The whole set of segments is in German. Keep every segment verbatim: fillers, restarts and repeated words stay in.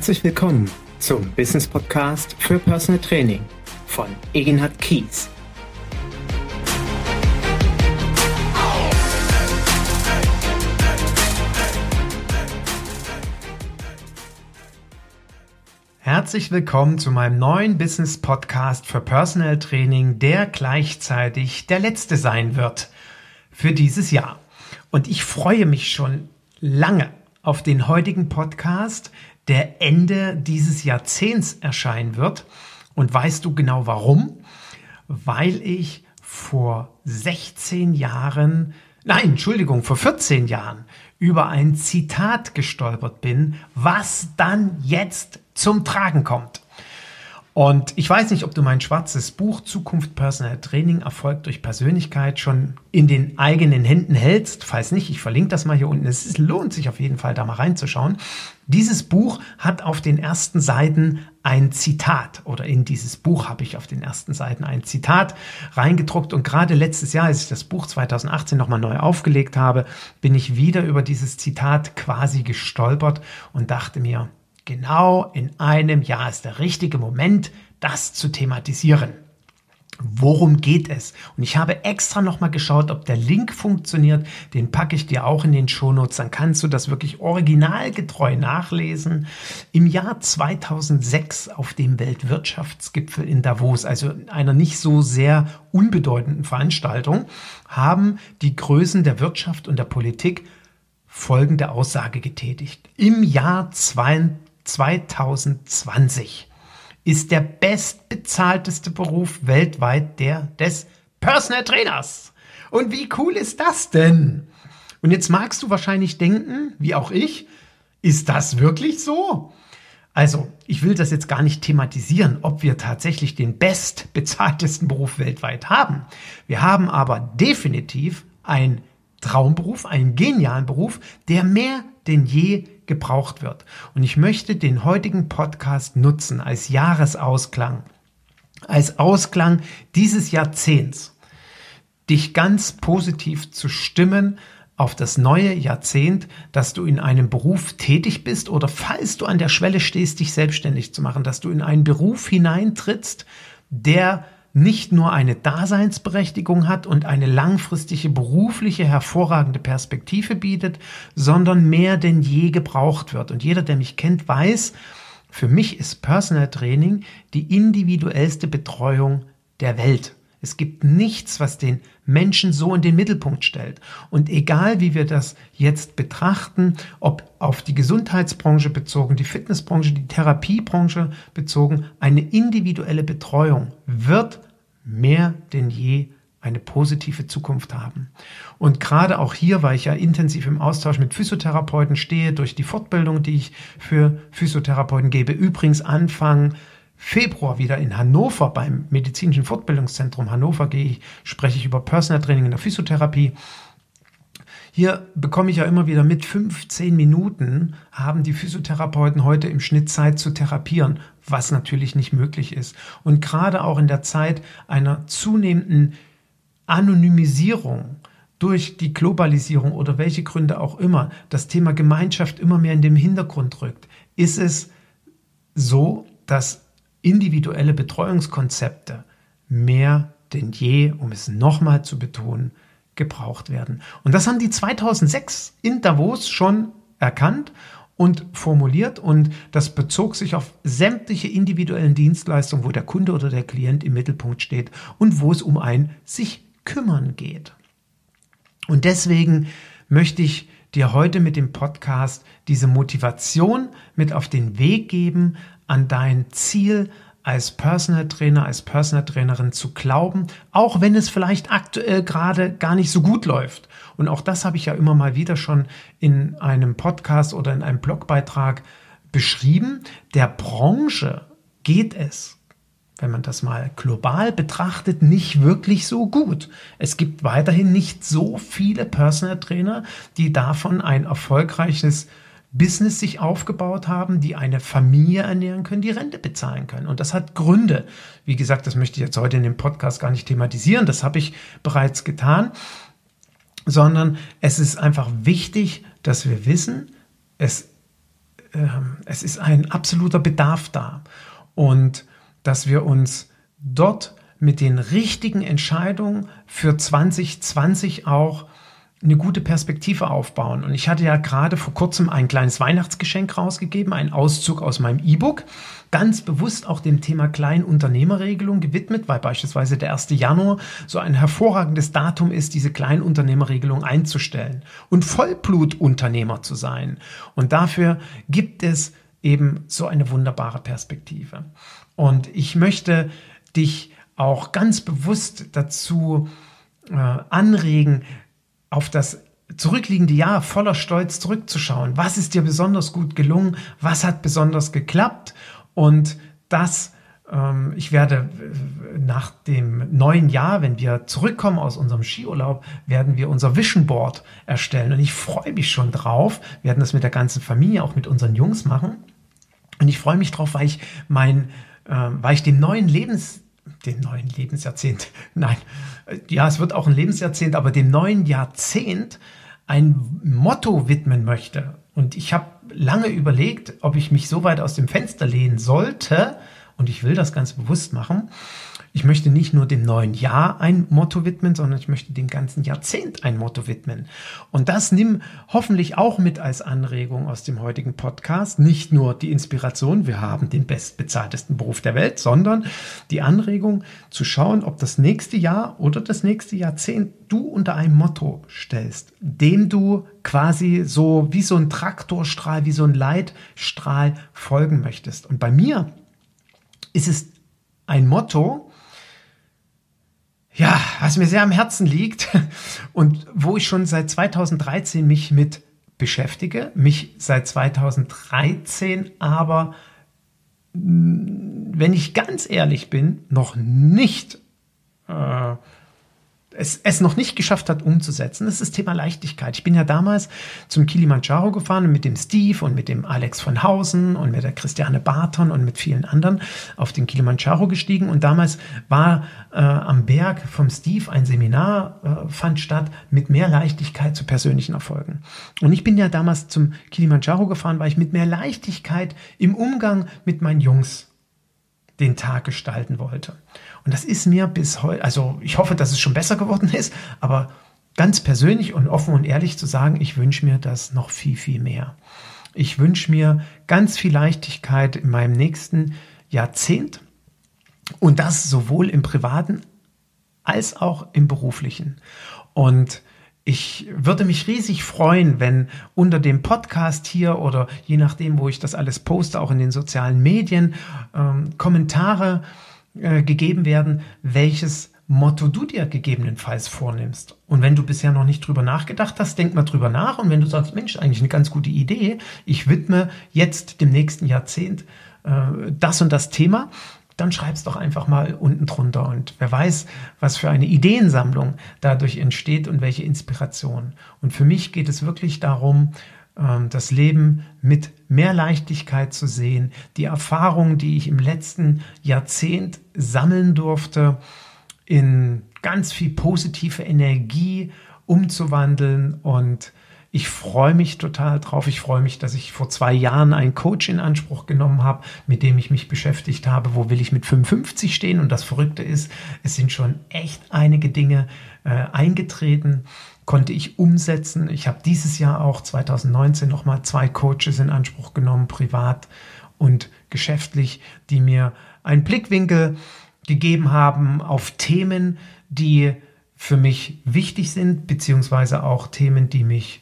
Herzlich willkommen zum Business Podcast für Personal Training von Eginhard Kies. Herzlich willkommen zu meinem neuen Business Podcast für Personal Training, der gleichzeitig der letzte sein wird für dieses Jahr. Und ich freue mich schon lange auf den heutigen Podcast, der Ende dieses Jahrzehnts erscheinen wird. Und weißt du genau warum? Weil ich vor sechzehn Jahren, nein, Entschuldigung, vor vierzehn Jahren über ein Zitat gestolpert bin, was dann jetzt zum Tragen kommt. Und ich weiß nicht, ob du mein schwarzes Buch Zukunft Personal Training, Erfolg durch Persönlichkeit schon in den eigenen Händen hältst. Falls nicht, ich verlinke das mal hier unten. Es lohnt sich auf jeden Fall, da mal reinzuschauen. Dieses Buch hat auf den ersten Seiten ein Zitat, oder in dieses Buch habe ich auf den ersten Seiten ein Zitat reingedruckt. Und gerade letztes Jahr, als ich das Buch zwanzig achtzehn nochmal neu aufgelegt habe, bin ich wieder über dieses Zitat quasi gestolpert und dachte mir, genau in einem Jahr ist der richtige Moment, das zu thematisieren. Worum geht es? Und ich habe extra nochmal geschaut, ob der Link funktioniert. Den packe ich dir auch in den Shownotes. Dann kannst du das wirklich originalgetreu nachlesen. Im Jahr zweitausendsechs auf dem Weltwirtschaftsgipfel in Davos, also einer nicht so sehr unbedeutenden Veranstaltung, haben die Größen der Wirtschaft und der Politik folgende Aussage getätigt. Im Jahr zweitausendzwanzig ist der bestbezahlteste Beruf weltweit der des Personal Trainers. Und wie cool ist das denn? Und jetzt magst du wahrscheinlich denken, wie auch ich, ist das wirklich so? Also, ich will das jetzt gar nicht thematisieren, ob wir tatsächlich den bestbezahltesten Beruf weltweit haben. Wir haben aber definitiv einen Traumberuf, einen genialen Beruf, der mehr denn je gebraucht wird. Und ich möchte den heutigen Podcast nutzen als Jahresausklang, als Ausklang dieses Jahrzehnts, dich ganz positiv zu stimmen auf das neue Jahrzehnt, dass du in einem Beruf tätig bist oder falls du an der Schwelle stehst, dich selbstständig zu machen, dass du in einen Beruf hineintrittst, der nicht nur eine Daseinsberechtigung hat und eine langfristige berufliche hervorragende Perspektive bietet, sondern mehr denn je gebraucht wird. Und jeder, der mich kennt, weiß, für mich ist Personal Training die individuellste Betreuung der Welt. Es gibt nichts, was den Menschen so in den Mittelpunkt stellt. Und egal, wie wir das jetzt betrachten, ob auf die Gesundheitsbranche bezogen, die Fitnessbranche, die Therapiebranche bezogen, eine individuelle Betreuung wird mehr denn je eine positive Zukunft haben. Und gerade auch hier, weil ich ja intensiv im Austausch mit Physiotherapeuten stehe, durch die Fortbildung, die ich für Physiotherapeuten gebe, übrigens Anfang Februar wieder in Hannover beim Medizinischen Fortbildungszentrum Hannover gehe ich, spreche ich über Personal Training in der Physiotherapie. Hier bekomme ich ja immer wieder mit, fünfzehn Minuten haben die Physiotherapeuten heute im Schnitt Zeit zu therapieren, was natürlich nicht möglich ist. Und gerade auch in der Zeit einer zunehmenden Anonymisierung durch die Globalisierung oder welche Gründe auch immer, das Thema Gemeinschaft immer mehr in den Hintergrund rückt, ist es so, dass individuelle Betreuungskonzepte mehr denn je, um es nochmal zu betonen, gebraucht werden. Und das haben die zweitausendsechs in Davos schon erkannt und formuliert, und das bezog sich auf sämtliche individuellen Dienstleistungen, wo der Kunde oder der Klient im Mittelpunkt steht und wo es um ein sich kümmern geht. Und deswegen möchte ich dir heute mit dem Podcast diese Motivation mit auf den Weg geben, an dein Ziel als Personal Trainer, als Personal Trainerin zu glauben, auch wenn es vielleicht aktuell gerade gar nicht so gut läuft. Und auch das habe ich ja immer mal wieder schon in einem Podcast oder in einem Blogbeitrag beschrieben. Der Branche geht es, wenn man das mal global betrachtet, nicht wirklich so gut. Es gibt weiterhin nicht so viele Personal Trainer, die davon ein erfolgreiches Business sich aufgebaut haben, die eine Familie ernähren können, die Rente bezahlen können. Und das hat Gründe. Wie gesagt, das möchte ich jetzt heute in dem Podcast gar nicht thematisieren. Das habe ich bereits getan. Sondern es ist einfach wichtig, dass wir wissen, es äh, es ist ein absoluter Bedarf da. Und dass wir uns dort mit den richtigen Entscheidungen für zwanzig zwanzig auch eine gute Perspektive aufbauen. Und ich hatte ja gerade vor kurzem ein kleines Weihnachtsgeschenk rausgegeben, einen Auszug aus meinem E-Book, ganz bewusst auch dem Thema Kleinunternehmerregelung gewidmet, weil beispielsweise der erste Januar so ein hervorragendes Datum ist, diese Kleinunternehmerregelung einzustellen und Vollblutunternehmer zu sein. Und dafür gibt es eben so eine wunderbare Perspektive. Und ich möchte dich auch ganz bewusst dazu äh, anregen, auf das zurückliegende Jahr voller Stolz zurückzuschauen. Was ist dir besonders gut gelungen? Was hat besonders geklappt? Und das, ähm, ich werde nach dem neuen Jahr, wenn wir zurückkommen aus unserem Skiurlaub, werden wir unser Vision Board erstellen. Und ich freue mich schon drauf. Wir werden das mit der ganzen Familie, auch mit unseren Jungs machen. Und ich freue mich drauf, weil ich mein, äh, weil ich dem neuen Lebens dem neuen Lebensjahrzehnt, nein, ja, es wird auch ein Lebensjahrzehnt, aber dem neuen Jahrzehnt ein Motto widmen möchte. Und ich habe lange überlegt, ob ich mich so weit aus dem Fenster lehnen sollte, und ich will das ganz bewusst machen. Ich möchte nicht nur dem neuen Jahr ein Motto widmen, sondern ich möchte dem ganzen Jahrzehnt ein Motto widmen. Und das nimm hoffentlich auch mit als Anregung aus dem heutigen Podcast. Nicht nur die Inspiration, wir haben den bestbezahltesten Beruf der Welt, sondern die Anregung zu schauen, ob das nächste Jahr oder das nächste Jahrzehnt du unter einem Motto stellst, dem du quasi so wie so ein Traktorstrahl, wie so ein Leitstrahl folgen möchtest. Und bei mir ist es ein Motto, ja, was mir sehr am Herzen liegt und wo ich schon seit zweitausenddreizehn mich mit beschäftige, mich seit zweitausenddreizehn aber, wenn ich ganz ehrlich bin, noch nicht äh, Es, es noch nicht geschafft hat umzusetzen, das ist das Thema Leichtigkeit. Ich bin ja damals zum Kilimanjaro gefahren mit dem Steve und mit dem Alex von Hausen und mit der Christiane Barton und mit vielen anderen auf den Kilimanjaro gestiegen. Und damals war äh, am Berg vom Steve ein Seminar, äh, fand statt mit mehr Leichtigkeit zu persönlichen Erfolgen. Und ich bin ja damals zum Kilimanjaro gefahren, weil ich mit mehr Leichtigkeit im Umgang mit meinen Jungs den Tag gestalten wollte. Und das ist mir bis heute, also ich hoffe, dass es schon besser geworden ist, aber ganz persönlich und offen und ehrlich zu sagen, ich wünsche mir das noch viel, viel mehr. Ich wünsche mir ganz viel Leichtigkeit in meinem nächsten Jahrzehnt und das sowohl im Privaten als auch im Beruflichen. Und ich würde mich riesig freuen, wenn unter dem Podcast hier oder je nachdem, wo ich das alles poste, auch in den sozialen Medien, ähm, Kommentare äh, gegeben werden, welches Motto du dir gegebenenfalls vornimmst. Und wenn du bisher noch nicht drüber nachgedacht hast, denk mal drüber nach. Und wenn du sagst, Mensch, eigentlich eine ganz gute Idee, ich widme jetzt dem nächsten Jahrzehnt äh, das und das Thema, dann schreib's doch einfach mal unten drunter. Und wer weiß, was für eine Ideensammlung dadurch entsteht und welche Inspiration. Und für mich geht es wirklich darum, das Leben mit mehr Leichtigkeit zu sehen, die Erfahrungen, die ich im letzten Jahrzehnt sammeln durfte, in ganz viel positive Energie umzuwandeln. Und ich freue mich total drauf. Ich freue mich, dass ich vor zwei Jahren einen Coach in Anspruch genommen habe, mit dem ich mich beschäftigt habe. Wo will ich mit fünfundfünfzig stehen? Und das Verrückte ist, es sind schon echt einige Dinge äh, eingetreten, konnte ich umsetzen. Ich habe dieses Jahr auch zweitausendneunzehn nochmal zwei Coaches in Anspruch genommen, privat und geschäftlich, die mir einen Blickwinkel gegeben haben auf Themen, die für mich wichtig sind, beziehungsweise auch Themen, die mich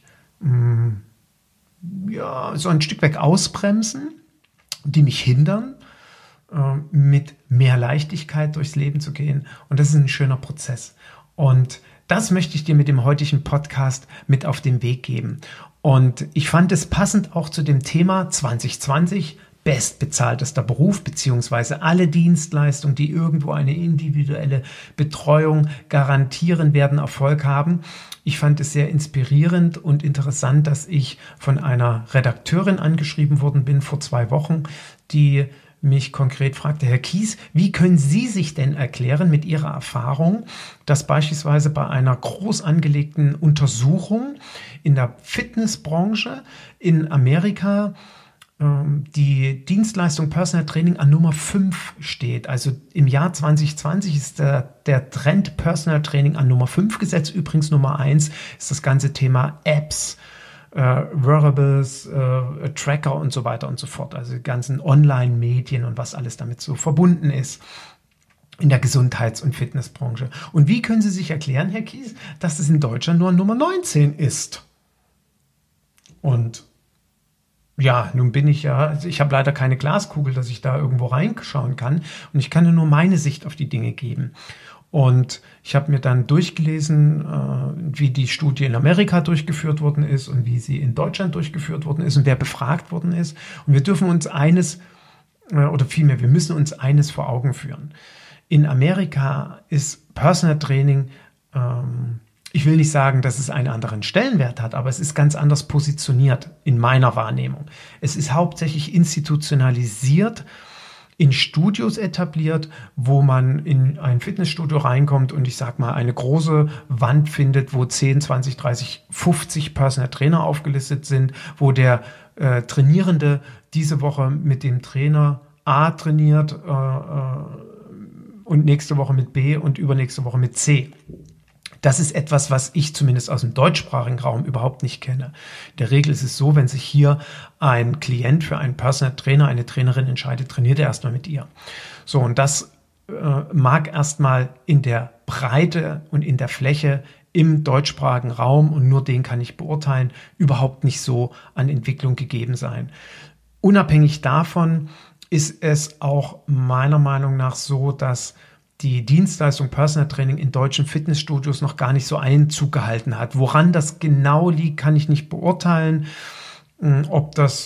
ja, so ein Stück weg ausbremsen, die mich hindern, äh, mit mehr Leichtigkeit durchs Leben zu gehen. Und das ist ein schöner Prozess. Und das möchte ich dir mit dem heutigen Podcast mit auf den Weg geben. Und ich fand es passend auch zu dem Thema zwanzig zwanzig, bestbezahltester Beruf, beziehungsweise alle Dienstleistungen, die irgendwo eine individuelle Betreuung garantieren, werden Erfolg haben. Ich fand es sehr inspirierend und interessant, dass ich von einer Redakteurin angeschrieben worden bin vor zwei Wochen, die mich konkret fragte, Herr Kies, wie können Sie sich denn erklären mit Ihrer Erfahrung, dass beispielsweise bei einer groß angelegten Untersuchung in der Fitnessbranche in Amerika die Dienstleistung Personal Training an Nummer fünf steht. Also im Jahr zwanzig zwanzig ist der, der Trend Personal Training an Nummer fünf gesetzt. Übrigens Nummer eins ist das ganze Thema Apps, äh, Wearables, äh, Tracker und so weiter und so fort. Also die ganzen Online-Medien und was alles damit so verbunden ist in der Gesundheits- und Fitnessbranche. Und wie können Sie sich erklären, Herr Kies, dass es in Deutschland nur Nummer neunzehn ist? Und ja, nun bin ich ja, also ich habe leider keine Glaskugel, dass ich da irgendwo reinschauen kann. Und ich kann nur meine Sicht auf die Dinge geben. Und ich habe mir dann durchgelesen, äh, wie die Studie in Amerika durchgeführt worden ist und wie sie in Deutschland durchgeführt worden ist und wer befragt worden ist. Und wir dürfen uns eines, äh, oder vielmehr, wir müssen uns eines vor Augen führen. In Amerika ist Personal Training, ähm, ich will nicht sagen, dass es einen anderen Stellenwert hat, aber es ist ganz anders positioniert in meiner Wahrnehmung. Es ist hauptsächlich institutionalisiert, in Studios etabliert, wo man in ein Fitnessstudio reinkommt und ich sag mal eine große Wand findet, wo zehn, zwanzig, dreißig, fünfzig Personal Trainer aufgelistet sind, wo der äh, Trainierende diese Woche mit dem Trainer A trainiert äh, äh, und nächste Woche mit B und übernächste Woche mit C. Das ist etwas, was ich zumindest aus dem deutschsprachigen Raum überhaupt nicht kenne. In der Regel ist es so, wenn sich hier ein Klient für einen Personal Trainer, eine Trainerin entscheidet, trainiert er erstmal mit ihr. So, und das äh, mag erstmal in der Breite und in der Fläche im deutschsprachigen Raum, und nur den kann ich beurteilen, überhaupt nicht so an Entwicklung gegeben sein. Unabhängig davon ist es auch meiner Meinung nach so, dass die Dienstleistung Personal Training in deutschen Fitnessstudios noch gar nicht so Einzug gehalten hat. Woran das genau liegt, kann ich nicht beurteilen. Ob das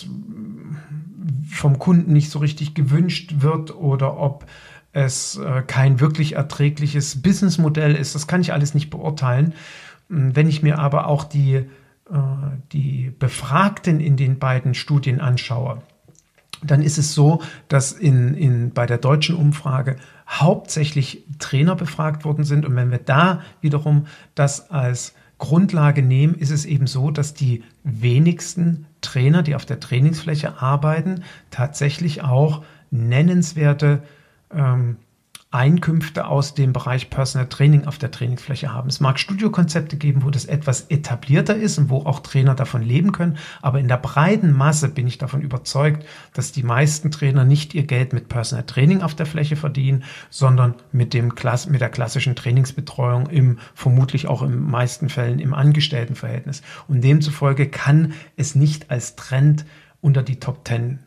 vom Kunden nicht so richtig gewünscht wird oder ob es kein wirklich erträgliches Businessmodell ist, das kann ich alles nicht beurteilen. Wenn ich mir aber auch die, die Befragten in den beiden Studien anschaue, dann ist es so, dass in, in, bei der deutschen Umfrage hauptsächlich Trainer befragt worden sind. Und wenn wir da wiederum das als Grundlage nehmen, ist es eben so, dass die wenigsten Trainer, die auf der Trainingsfläche arbeiten, tatsächlich auch nennenswerte ähm, Einkünfte aus dem Bereich Personal Training auf der Trainingsfläche haben. Es mag Studiokonzepte geben, wo das etwas etablierter ist und wo auch Trainer davon leben können, aber in der breiten Masse bin ich davon überzeugt, dass die meisten Trainer nicht ihr Geld mit Personal Training auf der Fläche verdienen, sondern mit dem Klass- mit der klassischen Trainingsbetreuung, im vermutlich auch in meisten Fällen im Angestelltenverhältnis. Und demzufolge kann es nicht als Trend unter die Top Ten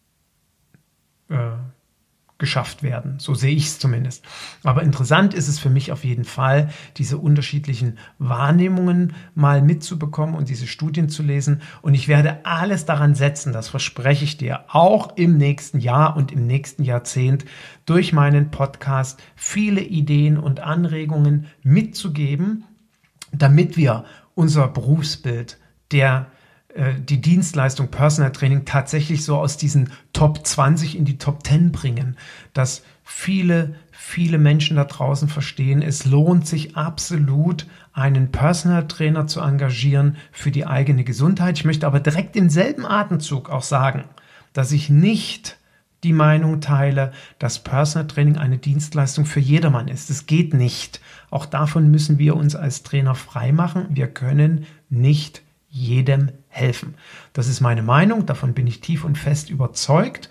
äh, geschafft werden. So sehe ich es zumindest. Aber interessant ist es für mich auf jeden Fall, diese unterschiedlichen Wahrnehmungen mal mitzubekommen und diese Studien zu lesen. Und ich werde alles daran setzen, das verspreche ich dir, auch im nächsten Jahr und im nächsten Jahrzehnt durch meinen Podcast viele Ideen und Anregungen mitzugeben, damit wir unser Berufsbild der die Dienstleistung Personal Training tatsächlich so aus diesen Top zwanzig in die Top zehn bringen, dass viele, viele Menschen da draußen verstehen, es lohnt sich absolut, einen Personal Trainer zu engagieren für die eigene Gesundheit. Ich möchte aber direkt im selben Atemzug auch sagen, dass ich nicht die Meinung teile, dass Personal Training eine Dienstleistung für jedermann ist. Es geht nicht. Auch davon müssen wir uns als Trainer freimachen. Wir können nicht jedem helfen. Das ist meine Meinung, davon bin ich tief und fest überzeugt,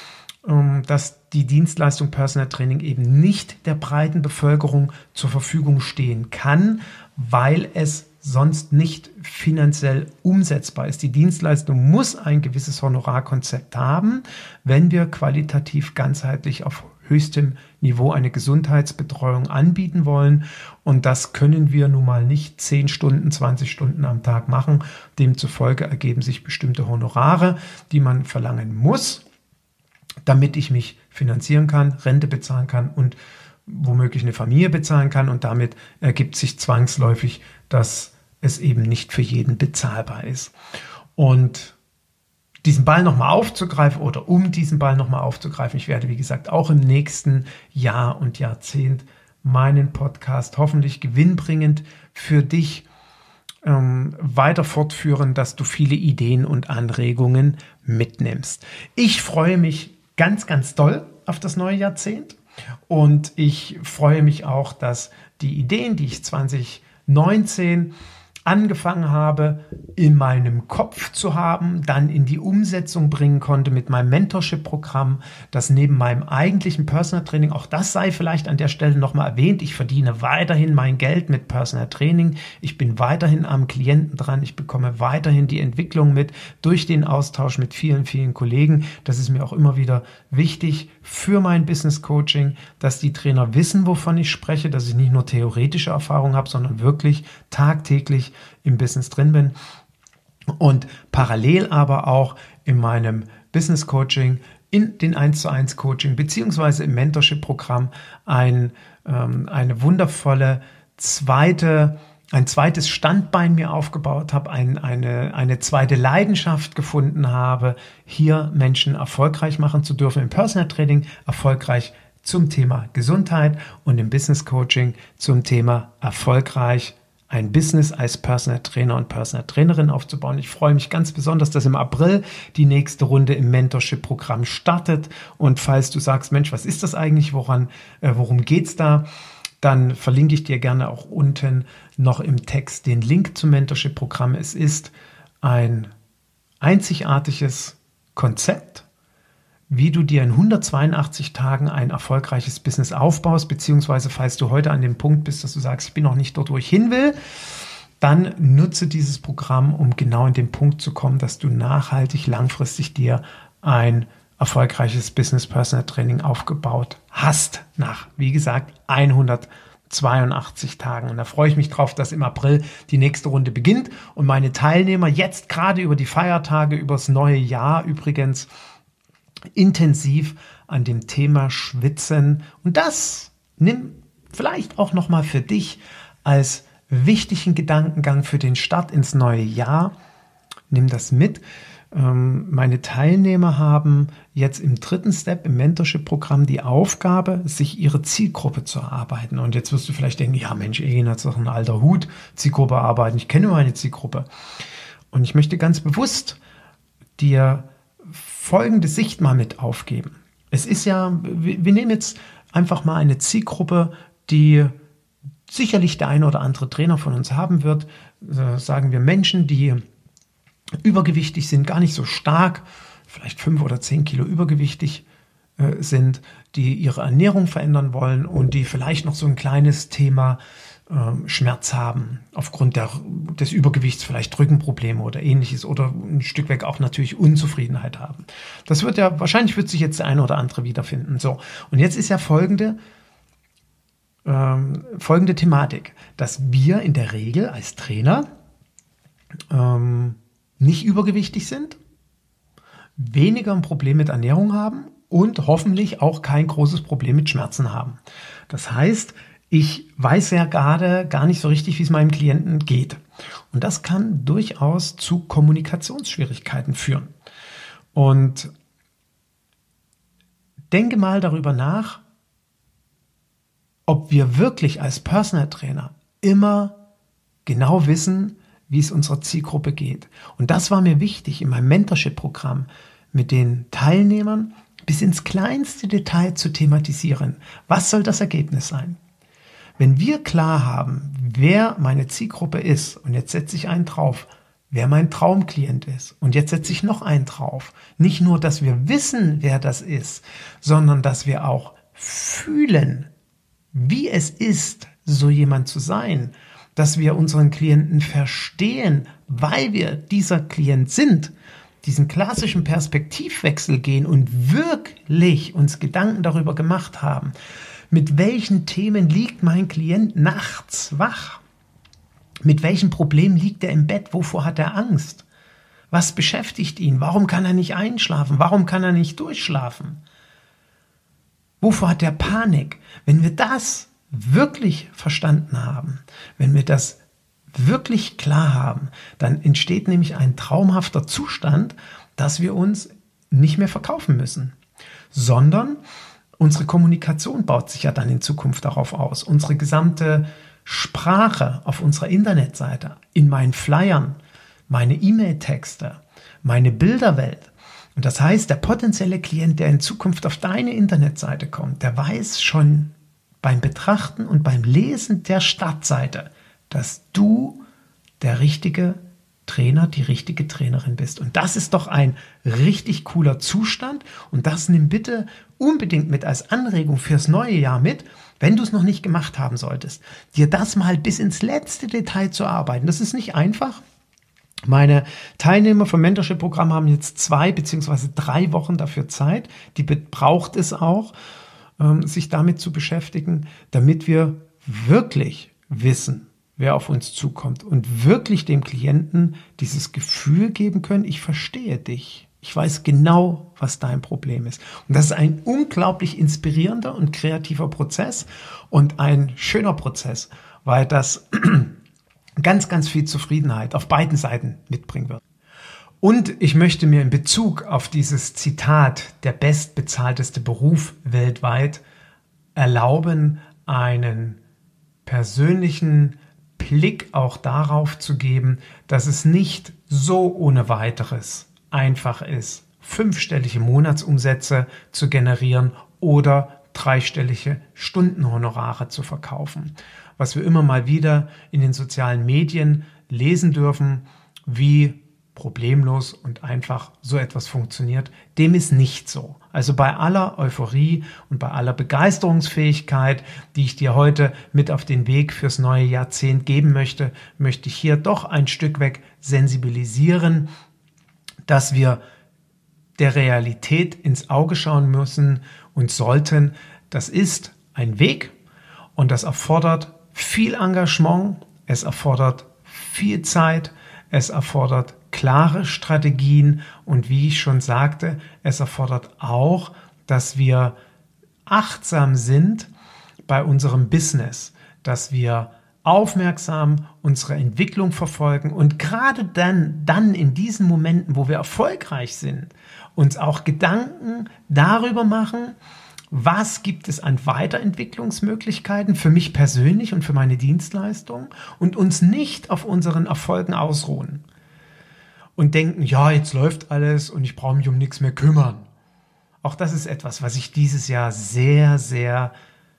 dass die Dienstleistung Personal Training eben nicht der breiten Bevölkerung zur Verfügung stehen kann, weil es sonst nicht finanziell umsetzbar ist. Die Dienstleistung muss ein gewisses Honorarkonzept haben, wenn wir qualitativ ganzheitlich auf höchstem Niveau eine Gesundheitsbetreuung anbieten wollen. Und das können wir nun mal nicht zehn Stunden, zwanzig Stunden am Tag machen. Demzufolge ergeben sich bestimmte Honorare, die man verlangen muss, damit ich mich finanzieren kann, Rente bezahlen kann und womöglich eine Familie bezahlen kann. Und damit ergibt sich zwangsläufig, dass es eben nicht für jeden bezahlbar ist. Und diesen Ball nochmal aufzugreifen oder um diesen Ball nochmal aufzugreifen, ich werde, wie gesagt, auch im nächsten Jahr und Jahrzehnt meinen Podcast hoffentlich gewinnbringend für dich ähm, weiter fortführen, dass du viele Ideen und Anregungen mitnimmst. Ich freue mich ganz, ganz doll auf das neue Jahrzehnt und ich freue mich auch, dass die Ideen, die ich zwanzig neunzehn angefangen habe, in meinem Kopf zu haben, dann in die Umsetzung bringen konnte mit meinem Mentorship-Programm, das neben meinem eigentlichen Personal Training, auch das sei vielleicht an der Stelle nochmal erwähnt, ich verdiene weiterhin mein Geld mit Personal Training, ich bin weiterhin am Klienten dran, ich bekomme weiterhin die Entwicklung mit durch den Austausch mit vielen, vielen Kollegen. Das ist mir auch immer wieder wichtig für mein Business Coaching, dass die Trainer wissen, wovon ich spreche, dass ich nicht nur theoretische Erfahrung habe, sondern wirklich tagtäglich im Business drin bin und parallel aber auch in meinem Business Coaching, in den eins zu eins Coaching beziehungsweise im Mentorship-Programm ein, ähm, eine wundervolle zweite, ein zweites Standbein mir aufgebaut habe, ein, eine, eine zweite Leidenschaft gefunden habe, hier Menschen erfolgreich machen zu dürfen, im Personal Training erfolgreich zum Thema Gesundheit und im Business Coaching zum Thema erfolgreich ein Business als Personal Trainer und Personal Trainerin aufzubauen. Ich freue mich ganz besonders, dass im April die nächste Runde im Mentorship-Programm startet. Und falls du sagst, Mensch, was ist das eigentlich, woran, äh, worum geht's da? Dann verlinke ich dir gerne auch unten noch im Text den Link zum Mentorship-Programm. Es ist ein einzigartiges Konzept, wie du dir in hundertzweiundachtzig Tagen ein erfolgreiches Business aufbaust, beziehungsweise falls du heute an dem Punkt bist, dass du sagst, ich bin noch nicht dort, wo ich hin will, dann nutze dieses Programm, um genau in den Punkt zu kommen, dass du nachhaltig, langfristig dir ein erfolgreiches Business Personal Training aufgebaut hast, nach, wie gesagt, hundertzweiundachtzig Tagen. Und da freue ich mich drauf, dass im April die nächste Runde beginnt und meine Teilnehmer jetzt gerade über die Feiertage, übers neue Jahr übrigens, intensiv an dem Thema Schwitzen. Und das nimm vielleicht auch nochmal für dich als wichtigen Gedankengang für den Start ins neue Jahr. Nimm das mit. Ähm, meine Teilnehmer haben jetzt im dritten Step im Mentorship-Programm die Aufgabe, sich ihre Zielgruppe zu erarbeiten. Und jetzt wirst du vielleicht denken, ja Mensch, Egin hat doch ein alter Hut, Zielgruppe arbeiten. Ich kenne meine Zielgruppe. Und ich möchte ganz bewusst dir folgende Sicht mal mit aufgeben. Es ist ja, wir, wir nehmen jetzt einfach mal eine Zielgruppe, die sicherlich der eine oder andere Trainer von uns haben wird. Äh, sagen wir Menschen, die übergewichtig sind, gar nicht so stark, vielleicht fünf oder zehn Kilo übergewichtig äh, sind, die ihre Ernährung verändern wollen und die vielleicht noch so ein kleines Thema Schmerz haben, aufgrund der, des Übergewichts, vielleicht Rückenprobleme oder ähnliches oder ein Stück weg auch natürlich Unzufriedenheit haben. Das wird ja, wahrscheinlich wird sich jetzt der eine oder andere wiederfinden. So, und jetzt ist ja folgende, ähm, folgende Thematik, dass wir in der Regel als Trainer ähm, nicht übergewichtig sind, weniger ein Problem mit Ernährung haben und hoffentlich auch kein großes Problem mit Schmerzen haben. Das heißt, ich weiß ja gerade gar nicht so richtig, wie es meinem Klienten geht. Und das kann durchaus zu Kommunikationsschwierigkeiten führen. Und denke mal darüber nach, ob wir wirklich als Personal Trainer immer genau wissen, wie es unserer Zielgruppe geht. Und das war mir wichtig in meinem Mentorship-Programm mit den Teilnehmern bis ins kleinste Detail zu thematisieren. Was soll das Ergebnis sein? Wenn wir klar haben, wer meine Zielgruppe ist, und jetzt setze ich einen drauf, wer mein Traumklient ist, und jetzt setze ich noch einen drauf, nicht nur, dass wir wissen, wer das ist, sondern dass wir auch fühlen, wie es ist, so jemand zu sein, dass wir unseren Klienten verstehen, weil wir dieser Klient sind, diesen klassischen Perspektivwechsel gehen und wirklich uns Gedanken darüber gemacht haben, mit welchen Themen liegt mein Klient nachts wach? Mit welchen Problemen liegt er im Bett? Wovor hat er Angst? Was beschäftigt ihn? Warum kann er nicht einschlafen? Warum kann er nicht durchschlafen? Wovor hat er Panik? Wenn wir das wirklich verstanden haben, wenn wir das wirklich klar haben, dann entsteht nämlich ein traumhafter Zustand, dass wir uns nicht mehr verkaufen müssen, sondern unsere Kommunikation baut sich ja dann in Zukunft darauf aus. Unsere gesamte Sprache auf unserer Internetseite, in meinen Flyern, meine E-Mail-Texte, meine Bilderwelt. Und das heißt, der potenzielle Klient, der in Zukunft auf deine Internetseite kommt, der weiß schon beim Betrachten und beim Lesen der Startseite, dass du der richtige Trainer, die richtige Trainerin bist. Und das ist doch ein richtig cooler Zustand. Und das nimm bitte unbedingt mit als Anregung fürs neue Jahr mit, wenn du es noch nicht gemacht haben solltest, dir das mal bis ins letzte Detail zu arbeiten. Das ist nicht einfach. Meine Teilnehmer vom Mentorship-Programm haben jetzt zwei beziehungsweise drei Wochen dafür Zeit. Die braucht es auch, sich damit zu beschäftigen, damit wir wirklich wissen, wer auf uns zukommt und wirklich dem Klienten dieses Gefühl geben können, ich verstehe dich. Ich weiß genau, was dein Problem ist. Und das ist ein unglaublich inspirierender und kreativer Prozess und ein schöner Prozess, weil das ganz, ganz viel Zufriedenheit auf beiden Seiten mitbringen wird. Und ich möchte mir in Bezug auf dieses Zitat, der bestbezahlteste Beruf weltweit, erlauben, einen persönlichen Blick auch darauf zu geben, dass es nicht so ohne weiteres einfach ist, fünfstellige Monatsumsätze zu generieren oder dreistellige Stundenhonorare zu verkaufen. Was wir immer mal wieder in den sozialen Medien lesen dürfen, wie problemlos und einfach so etwas funktioniert, dem ist nicht so. Also bei aller Euphorie und bei aller Begeisterungsfähigkeit, die ich dir heute mit auf den Weg fürs neue Jahrzehnt geben möchte, möchte ich hier doch ein Stück weg sensibilisieren, dass wir der Realität ins Auge schauen müssen und sollten. Das ist ein Weg und das erfordert viel Engagement, es erfordert viel Zeit, es erfordert klare Strategien und wie ich schon sagte, es erfordert auch, dass wir achtsam sind bei unserem Business, dass wir aufmerksam unsere Entwicklung verfolgen und gerade dann, dann in diesen Momenten, wo wir erfolgreich sind, uns auch Gedanken darüber machen, was gibt es an Weiterentwicklungsmöglichkeiten für mich persönlich und für meine Dienstleistung und uns nicht auf unseren Erfolgen ausruhen und denken, ja, jetzt läuft alles und ich brauche mich um nichts mehr kümmern. Auch das ist etwas, was ich dieses Jahr sehr, sehr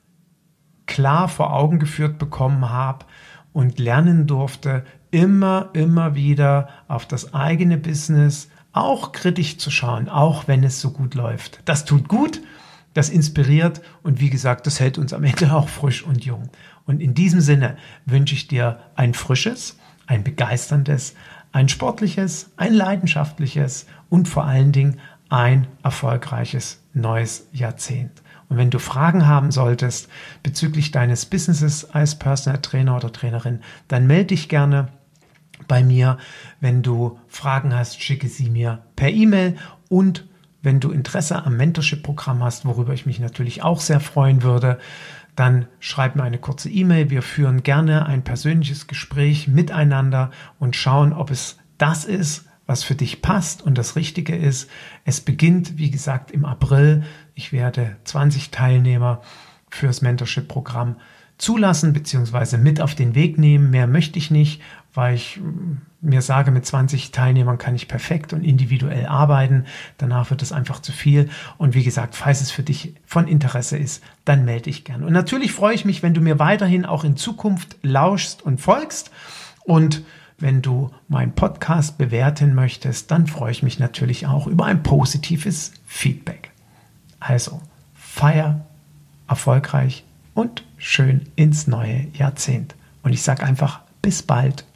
klar vor Augen geführt bekommen habe und lernen durfte, immer, immer wieder auf das eigene Business auch kritisch zu schauen, auch wenn es so gut läuft. Das tut gut, das inspiriert und wie gesagt, das hält uns am Ende auch frisch und jung. Und in diesem Sinne wünsche ich dir ein frisches, ein begeisterndes, ein sportliches, ein leidenschaftliches und vor allen Dingen ein erfolgreiches neues Jahrzehnt. Und wenn du Fragen haben solltest bezüglich deines Businesses als Personal Trainer oder Trainerin, dann melde dich gerne bei mir. Wenn du Fragen hast, schicke sie mir per E-Mail und wenn du Interesse am Mentorship-Programm hast, worüber ich mich natürlich auch sehr freuen würde, dann schreib mir eine kurze E-Mail. Wir führen gerne ein persönliches Gespräch miteinander und schauen, ob es das ist, was für dich passt und das Richtige ist. Es beginnt, wie gesagt, im April. Ich werde zwanzig Teilnehmer fürs Mentorship-Programm zulassen bzw. mit auf den Weg nehmen. Mehr möchte ich nicht, weil ich mir sage, mit zwanzig Teilnehmern kann ich perfekt und individuell arbeiten. Danach wird es einfach zu viel. Und wie gesagt, falls es für dich von Interesse ist, dann melde dich gern. Und natürlich freue ich mich, wenn du mir weiterhin auch in Zukunft lauschst und folgst. Und wenn du meinen Podcast bewerten möchtest, dann freue ich mich natürlich auch über ein positives Feedback. Also, feier erfolgreich und schön ins neue Jahrzehnt. Und ich sage einfach, bis bald.